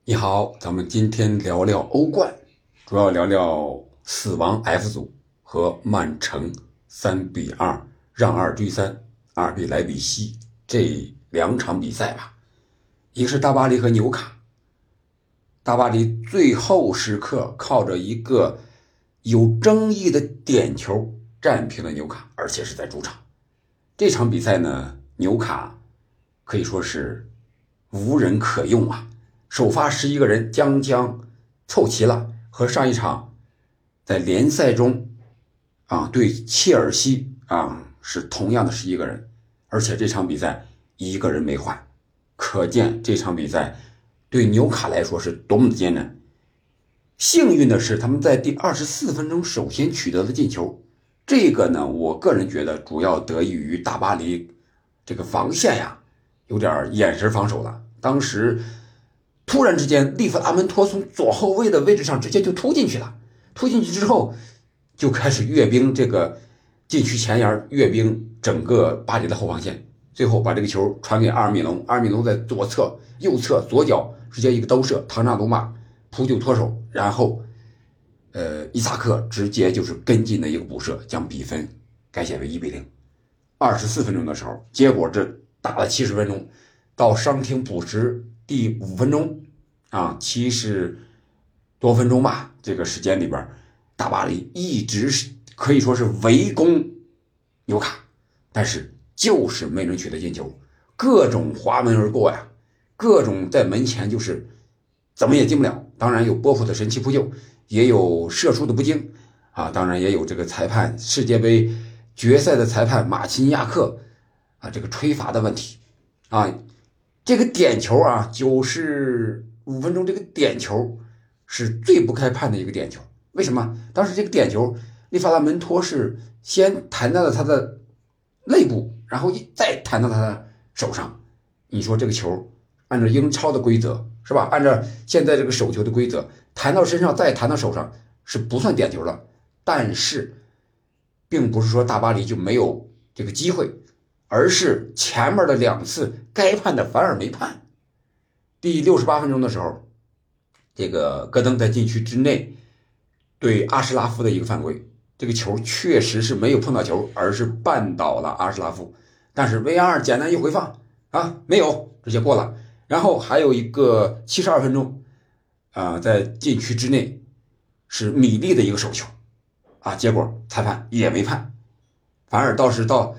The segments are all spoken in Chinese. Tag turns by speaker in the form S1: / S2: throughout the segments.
S1: 你好，咱们今天聊聊欧冠，主要聊聊死亡 F 组和曼城3-2让2追3，阿尔比莱比锡这两场比赛吧。一个是大巴黎和纽卡，大巴黎最后时刻靠着一个有争议的点球战平了纽卡，而且是在主场。这场比赛呢，纽卡可以说是无人可用啊。首发11个人将凑齐了，和上一场在联赛中对切尔西是同样的11个人，而且这场比赛一个人没换，可见这场比赛对纽卡来说是多么的艰难。幸运的是他们在第24分钟首先取得了进球，这个呢我个人觉得主要得益于大巴黎这个防线有点眼神防守了。当时突然之间利弗拉门托从左后卫的位置上直接就突进去了，突进去之后就开始阅兵这个禁区前沿，阅兵整个巴黎的后防线，最后把这个球传给阿尔米隆，阿尔米隆在左侧右侧左脚直接一个兜射，唐纳鲁马扑救脱手，然后伊萨克直接就是跟进的一个补射，将比分改写为1-0。24分钟的时候，结果这打了70分钟，到伤停补时第5分钟70多分钟吧，这个时间里边大巴黎一直是可以说是围攻纽卡，但是就是没能取得进球，各种滑门而过各种在门前就是怎么也进不了。当然有波普的神奇扑救，也有射术的不精当然也有这个裁判世界杯决赛的裁判马奇尼亚克这个吹罚的问题这个点球95分钟这个点球是最不该判的一个点球。为什么？当时这个点球利弗拉门托是先弹到了他的肋部，然后再弹到他的手上。你说这个球按照英超的规则是吧？按照现在这个手球的规则，弹到身上再弹到手上是不算点球了。但是并不是说大巴黎就没有这个机会，而是前面的2次该判的反而没判。第68分钟的时候，这个戈登在禁区之内对阿什拉夫的一个犯规，这个球确实是没有碰到球，而是绊倒了阿什拉夫，但是 VR 简单一回放没有，直接过了。然后还有一个72分钟在禁区之内是米利的一个手球结果裁判也没判，反而倒是到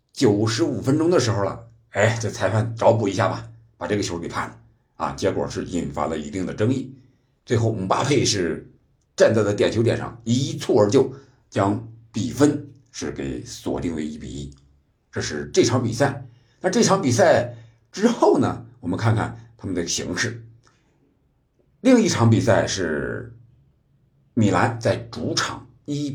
S1: 95分钟的时候了，这裁判找补一下吧，把这个球给判了结果是引发了一定的争议。最后姆巴佩是站在了点球点上，一蹴而就，将比分是给锁定为1-1。这是这场比赛。那这场比赛之后呢，我们看看他们的形势。另一场比赛是米兰在主场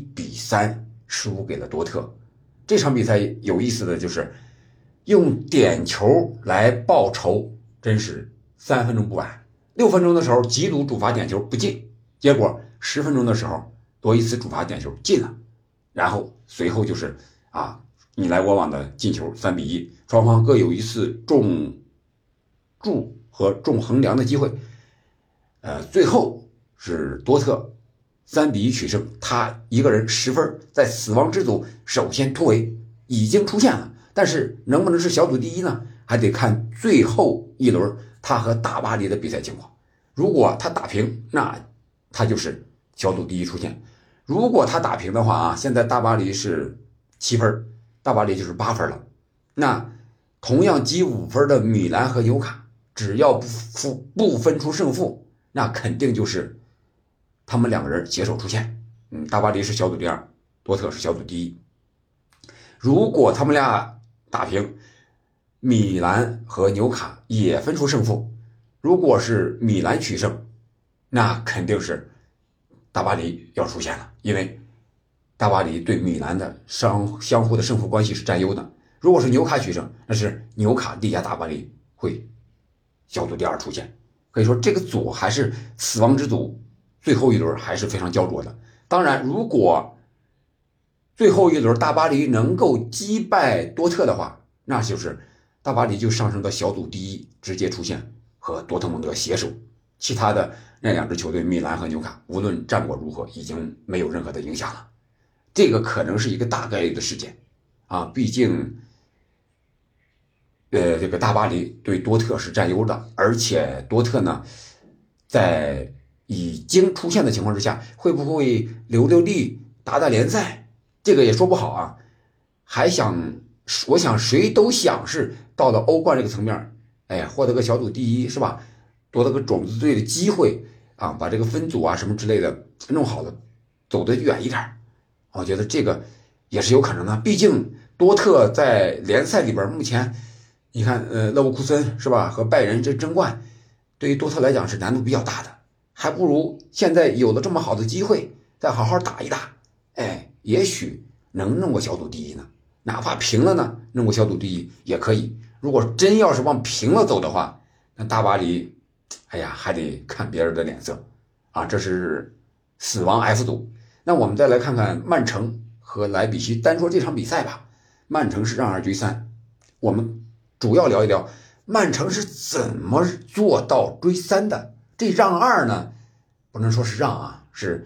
S1: 1-3输给了多特。这场比赛有意思的就是用点球来报仇，真是3分钟不晚。6分钟的时候吉鲁主罚点球不进，结果10分钟的时候多一次主罚点球进了，然后随后就是你来我往的进球3-1，双方各有一次中柱和中横梁的机会。最后是多特3-1取胜，他一个人10分，在死亡之组首先突围已经出现了，但是能不能是小组第一呢？还得看最后一轮他和大巴黎的比赛情况。如果他打平，那他就是小组第一出现。如果他打平的话现在大巴黎是7分，大巴黎就是8分了。那同样积5分的米兰和纽卡，只要不分出胜负，那肯定就是他们2个人携手出现。大巴黎是小组第2，多特是小组第1。如果他们俩打平，米兰和纽卡也分出胜负，如果是米兰取胜，那肯定是大巴黎要出现了，因为大巴黎对米兰的相互的胜负关系是占优的。如果是纽卡取胜，那是纽卡力压大巴黎，会小组第2出现。可以说这个组还是死亡之组，最后一轮还是非常焦灼的。当然如果最后一轮大巴黎能够击败多特的话，那就是大巴黎就上升到小组第1，直接出现和多特蒙德携手其他的那2支球队米兰和纽卡，无论战果如何，已经没有任何的影响了。这个可能是一个大概率的事件啊，毕竟这个大巴黎对多特是占优的，而且多特呢在已经出现的情况之下，会不会留力打联赛，这个也说不好啊。我想谁都想是到了欧冠这个层面，获得个小组第一是吧？夺得个种子队的机会啊，把这个分组啊什么之类的弄好了，走得远一点。我觉得这个也是有可能的，毕竟多特在联赛里边目前你看勒沃库森是吧，和拜仁这争冠，对于多特来讲是难度比较大的，还不如现在有了这么好的机会再好好打一打，也许能弄过小组第一呢，哪怕平了呢，弄过小组第一也可以。如果真要是往平了走的话，那大巴黎还得看别人的脸色啊，这是死亡 F 组。那我们再来看看曼城和莱比锡，单说这场比赛吧。曼城是让2追3，我们主要聊一聊曼城是怎么做到追3的。这让2呢，不能说是让啊，是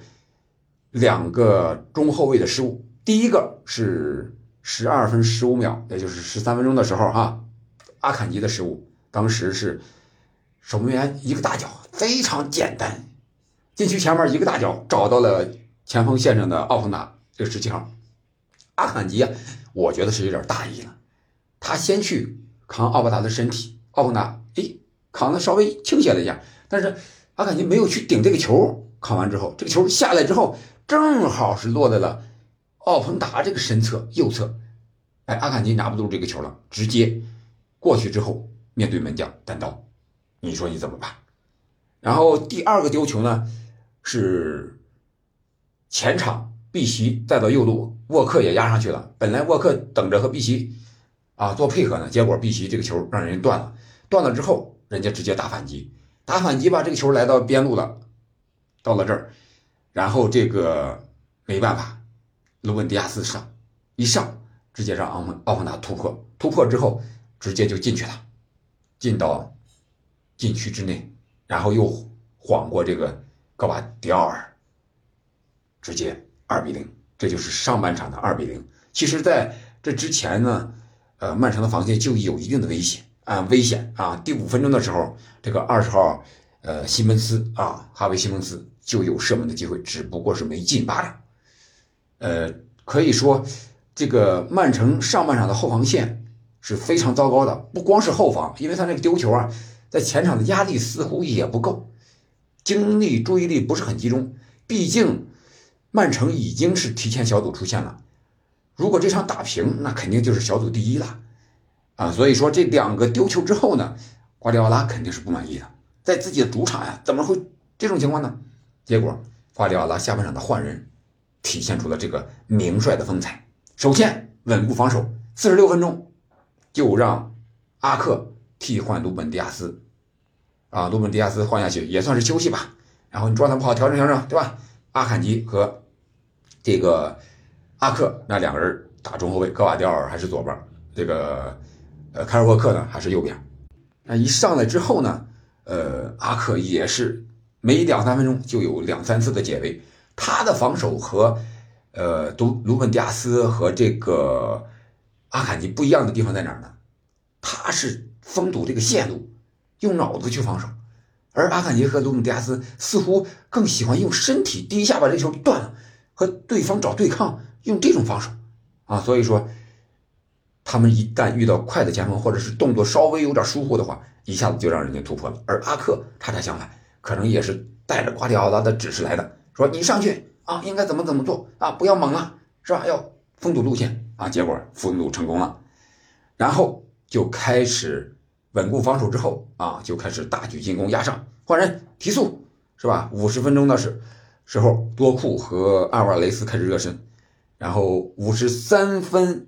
S1: 2个中后卫的失误。第一个是12分15秒，也就是13分钟的时候阿坎吉的失误，当时是守门员一个大脚，非常简单，禁区前面一个大脚找到了前锋线上的奥彭达，这个17号。阿坎吉我觉得是有点大意了，他先去扛奥彭达的身体，奥彭达扛的稍微倾斜了一下，但是阿坎吉没有去顶这个球，扛完之后这个球下来之后正好是落在了奥彭达这个身侧右侧，阿坎吉拿不住这个球了，直接过去之后面对门将单刀，你说你怎么办？然后第2个丢球呢，是前场碧玺带到右路，沃克也压上去了，本来沃克等着和碧玺做配合呢，结果碧玺这个球让人断了之后，人家直接打反击把这个球来到边路了，到了这儿，然后这个没办法，卢本迪亚斯一上直接让奥彭达突破之后直接就进去了，进到禁区之内，然后又晃过这个戈瓦迪奥尔，直接2-0，这就是上半场的2-0。其实在这之前呢，曼城的防线就有一定的危险第5分钟的时候，这个20号西门斯哈维西蒙斯就有射门的机会，只不过是没进罢了。可以说这个曼城上半场的后防线是非常糟糕的，不光是后防，因为他那个丢球在前场的压力似乎也不够，精力注意力不是很集中，毕竟曼城已经是提前小组出线了，如果这场打平，那肯定就是小组第一了所以说这2个丢球之后呢，瓜迪奥拉肯定是不满意的，在自己的主场怎么会这种情况呢？结果瓜迪奥拉下半场的换人体现出了这个名帅的风采，首先稳固防守，46分钟就让阿克替换卢本迪亚斯卢本迪亚斯换下去也算是休息吧，然后你状态不好调整对吧？阿坎吉和这个阿克那2个人打中后卫，戈瓦迪奥尔还是左边，这个凯尔沃克呢还是右边。那一上来之后呢，阿克也是没2-3分钟就有2-3次的解围，他的防守和卢本迪亚斯和这个阿坎吉不一样的地方在哪儿呢？他是封堵这个线路，用脑子去防守，而阿坎吉和卢本迪亚斯似乎更喜欢用身体第一下把这球断了，和对方找对抗，用这种防守所以说他们一旦遇到快的前锋，或者是动作稍微有点疏忽的话，一下子就让人家突破了。而阿克恰恰相反，可能也是带着瓜迪奥拉的指示来的，说你上去应该怎么做不要猛了是吧？要封堵路线结果封堵成功了，然后就开始稳固防守之后就开始大举进攻，压上换人提速是吧？50分钟的时候，多库和阿尔瓦雷斯开始热身，然后53分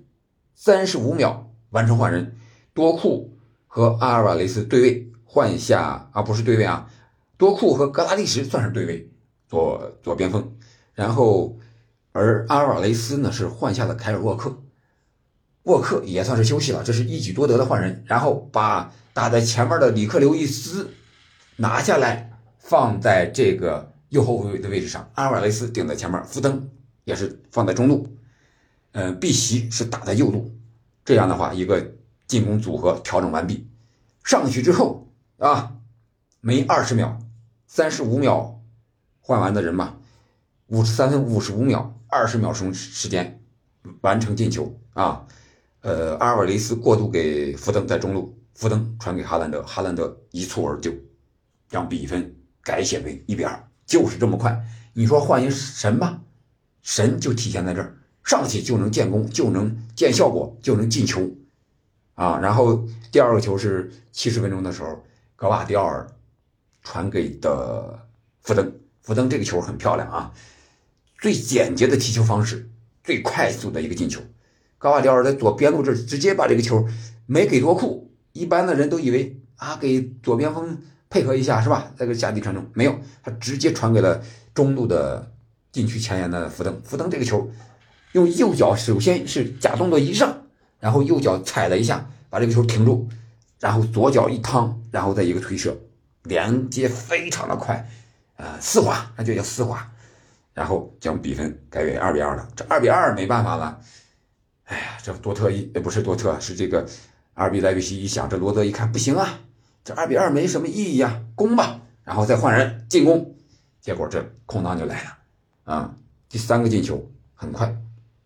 S1: 35秒完成换人，多库和阿尔瓦雷斯对位换下不是对位多库和格拉利什算是对位左边锋，然后而阿尔瓦雷斯呢是换下了凯尔沃克也算是休息了，这是一举多得的换人，然后把打在前面的里克刘易斯拿下来放在这个右后卫的位置上，阿尔瓦雷斯顶在前面，福登也是放在中路，碧玺是打在右路。这样的话，一个进攻组合调整完毕，上去之后啊，没20秒，35秒换完的人嘛，53分55秒，20秒钟时间完成进球啊。阿尔瓦雷斯过渡给福登在中路，福登传给哈兰德，哈兰德一蹴而就，让比分改写为1-2，就是这么快。你说换一神吧，神就体现在这儿，上去就能建功，就能见效果，就能进球啊。然后第二个球是70分钟的时候，格瓦迪奥尔传给的福登，福登这个球很漂亮啊，最简洁的踢球方式，最快速的一个进球。格瓦迪奥尔在左边路这直接把这个球没给多库，一般的人都以为啊给左边锋配合一下是吧？这个下地传中没有，他直接传给了中路的禁区前沿的福登。福登这个球用右脚首先是假动作一上，然后右脚踩了一下，把这个球停住，然后左脚一趟，然后再一个推射，连接非常的快，丝滑，那就叫丝滑，然后将比分改为2-2了。这2-2没办法了。哎呀，这多特不是多特，是这个阿尔比莱比锡一想，这罗德一看不行啊，这2-2没什么意义啊，攻吧，然后再换人进攻，结果这空档就来了啊！第3个进球很快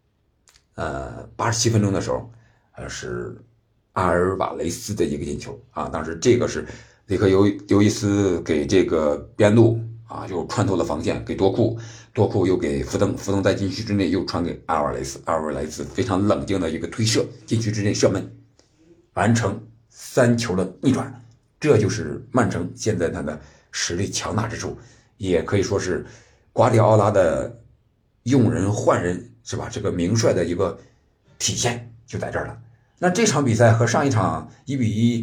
S1: ，87分钟的时候，是阿尔瓦雷斯的一个进球啊，当时这个是里克尤伊斯给这个边路啊，又穿透了防线给多库，多库又给福登，福登在禁区之内又传给阿尔瓦雷斯，阿尔瓦雷斯非常冷静的一个推射，禁区之内射门，完成3球的逆转。这就是曼城现在他的实力强大之处，也可以说是瓜迪奥拉的用人换人是吧？这个名帅的一个体现就在这儿了。那这场比赛和上一场1-1，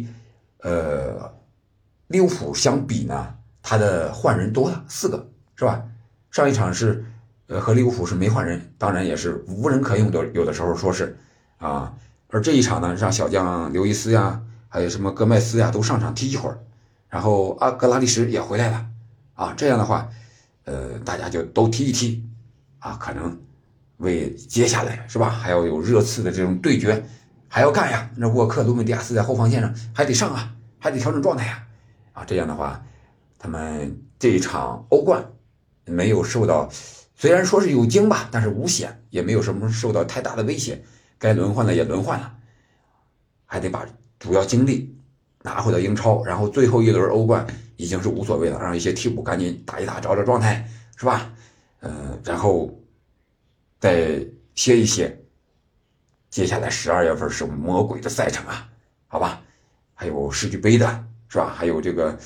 S1: 利物浦相比呢，他的换人多了4个，是吧？上一场是和利物浦是没换人，当然也是无人可用的，有的时候说是啊。而这一场呢，让小将刘易斯呀，还有什么戈麦斯呀都上场踢一会儿，然后阿格拉利什也回来了啊。这样的话，大家就都踢一踢啊，可能为接下来是吧，还要有热刺的这种对决还要干呀。那沃克、卢本迪亚斯在后防线上还得上啊，还得调整状态呀啊。这样的话，他们这一场欧冠没有受到，虽然说是有惊吧，但是无险，也没有什么受到太大的威胁。该轮换的也轮换了，还得把主要精力拿回到英超，然后最后一轮欧冠已经是无所谓了，让一些替补赶紧打一打，找找状态，是吧？然后再歇一歇。接下来12月份是魔鬼的赛程啊，好吧？还有世俱杯的，是吧？还有这个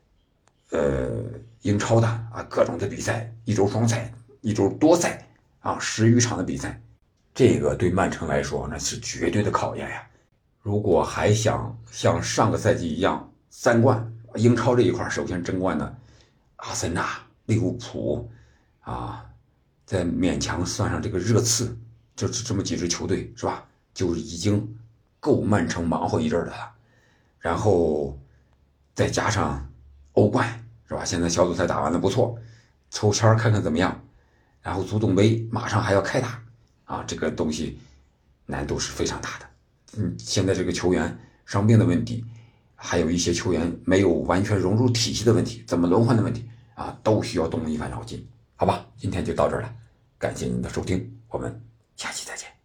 S1: 英超的啊，各种的比赛，一周双赛，一周多赛啊，10余场的比赛。这个对曼城来说那是绝对的考验呀！如果还想像上个赛季一样3冠，英超这一块首先争冠的阿森纳、利物浦啊，再勉强算上这个热刺，就是这么几支球队是吧？就已经够曼城忙活一阵的了。然后再加上欧冠是吧？现在小组赛打完了不错，抽签看看怎么样。然后足总杯马上还要开打。啊，这个东西难度是非常大的。现在这个球员伤病的问题，还有一些球员没有完全融入体系的问题，怎么轮换的问题啊，都需要动一番脑筋。好吧，今天就到这儿了，感谢您的收听，我们下期再见。